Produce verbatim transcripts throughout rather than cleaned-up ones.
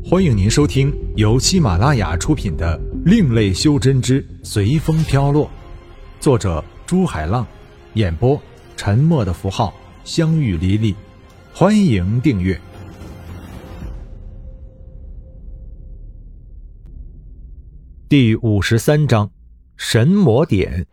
欢迎您收听由喜马拉雅出品的《另类修真之随风飘落》，作者朱海浪，演播沉默的符号，相遇离离。欢迎订阅。第五十三章，神魔点。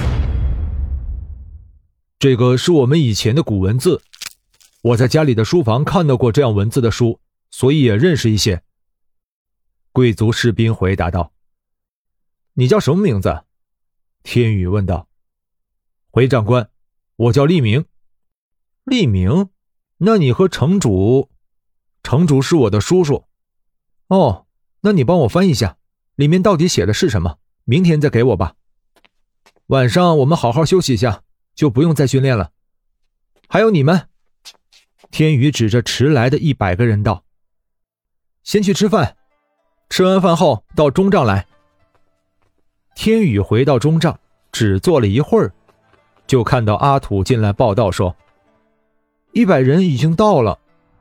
这个是我们以前的古文字，我在家里的书房看到过这样文字的书，所以也认识一些。贵族士兵回答道。你叫什么名字？天宇问道。回长官，我叫利明。利明？那你和城主？城主是我的叔叔。哦，那你帮我翻译一下，里面到底写的是什么？明天再给我吧。晚上我们好好休息一下，就不用再训练了。还有你们。天宇指着迟来的一百个人道。先去吃饭，吃完饭后到中帐来。天宇回到中帐，只坐了一会儿，就看到阿土进来报道说，一百人已经到了。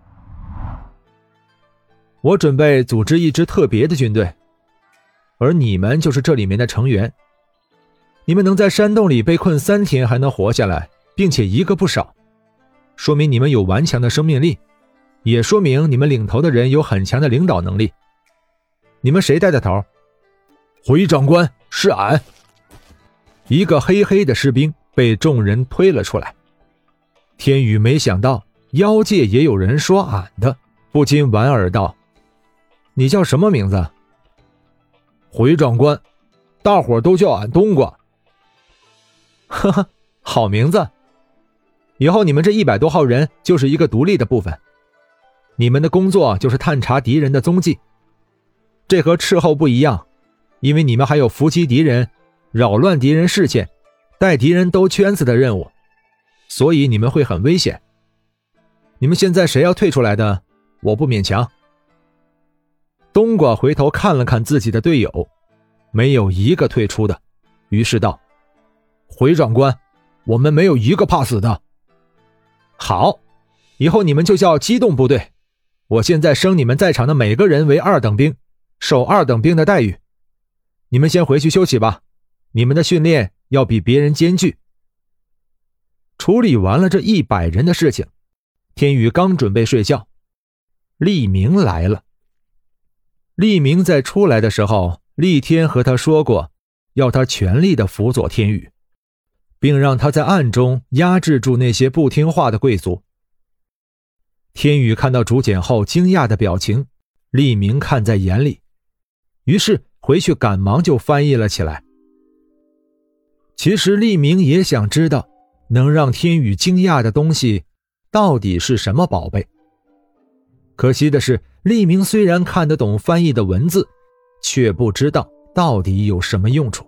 我准备组织一支特别的军队，而你们就是这里面的成员。你们能在山洞里被困三天还能活下来，并且一个不少，说明你们有顽强的生命力，也说明你们领头的人有很强的领导能力。你们谁带的头？回长官，是俺。一个黑黑的士兵被众人推了出来。天宇没想到妖界也有人说俺的，不禁莞尔道，你叫什么名字？回长官，大伙都叫俺冬瓜。呵呵，好名字。以后你们这一百多号人就是一个独立的部分，你们的工作就是探查敌人的踪迹。这和斥候不一样，因为你们还有伏击敌人、扰乱敌人视线、带敌人兜圈子的任务，所以你们会很危险。你们现在谁要退出来的，我不勉强。冬瓜回头看了看自己的队友，没有一个退出的，于是道，回长官，我们没有一个怕死的。好，以后你们就叫机动部队，我现在升你们在场的每个人为二等兵，受二等兵的待遇。你们先回去休息吧，你们的训练要比别人艰巨。处理完了这一百人的事情，天宇刚准备睡觉，利明来了。利明在出来的时候，厉天和他说过，要他全力的辅佐天宇，并让他在暗中压制住那些不听话的贵族。天宇看到竹简后惊讶的表情，利明看在眼里，于是回去赶忙就翻译了起来。其实利明也想知道，能让天宇惊讶的东西到底是什么宝贝。可惜的是，利明虽然看得懂翻译的文字，却不知道到底有什么用处。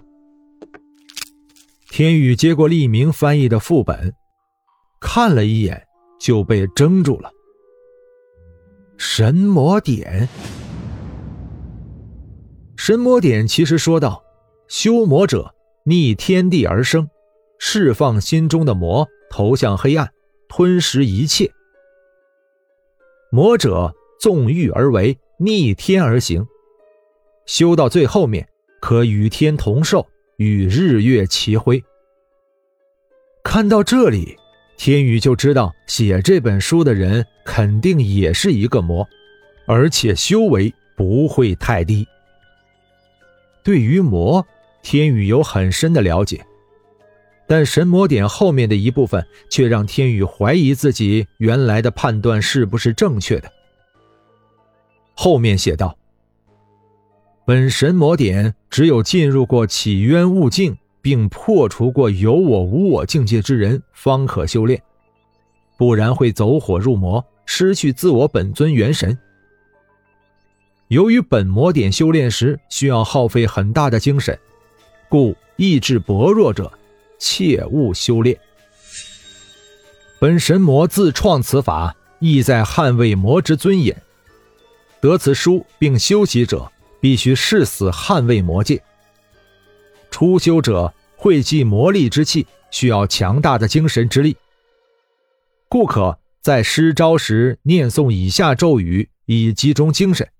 天宇接过利明翻译的副本，看了一眼就被怔住了。神魔点。神魔点其实说道，修魔者逆天地而生，释放心中的魔，投向黑暗，吞噬一切。魔者纵欲而为，逆天而行，修到最后面可与天同寿，与日月齐辉。看到这里，天宇就知道写这本书的人肯定也是一个魔，而且修为不会太低。对于魔，天宇有很深的了解，但神魔点后面的一部分却让天宇怀疑自己原来的判断是不是正确的。后面写道，本神魔点只有进入过起渊悟境并破除过有我无我境界之人方可修炼，不然会走火入魔，失去自我本尊元神。由于本魔点修炼时需要耗费很大的精神，故意志薄弱者切勿修炼。本神魔自创此法，意在捍卫魔之尊严。得此书并修习者，必须誓死捍卫魔界。初修者汇集魔力之气，需要强大的精神之力，故可在施招时念诵以下咒语，以集中精神。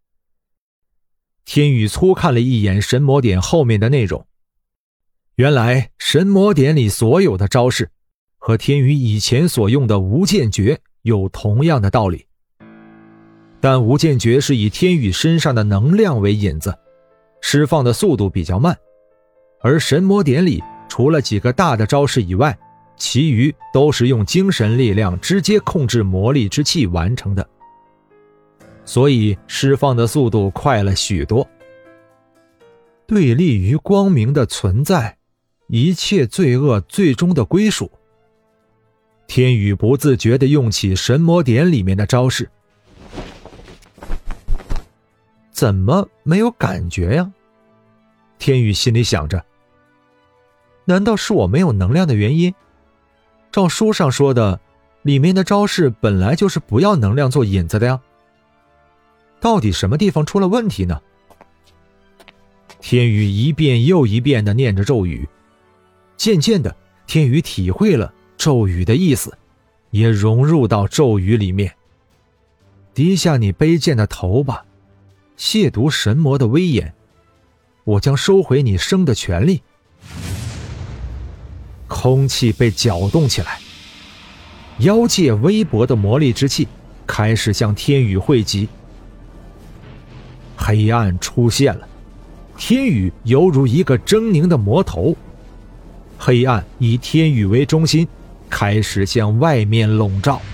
天宇粗看了一眼神魔典后面的内容，原来神魔典里所有的招式和天宇以前所用的无间诀有同样的道理，但无间诀是以天宇身上的能量为引子，释放的速度比较慢，而神魔典里除了几个大的招式以外，其余都是用精神力量直接控制魔力之气完成的，所以释放的速度快了许多。对立于光明的存在，一切罪恶最终的归属。天宇不自觉地用起神魔典里面的招式。怎么没有感觉呀？天宇心里想着。难道是我没有能量的原因？照书上说的，里面的招式本来就是不要能量做引子的呀。到底什么地方出了问题呢？天宇一遍又一遍地念着咒语，渐渐的，天宇体会了咒语的意思，也融入到咒语里面。低下你卑贱的头吧，亵渎神魔的威严，我将收回你生的权利。空气被搅动起来，妖界微薄的魔力之气开始向天宇汇集。黑暗出现了，天宇犹如一个狰狞的魔头，黑暗以天宇为中心，开始向外面笼罩。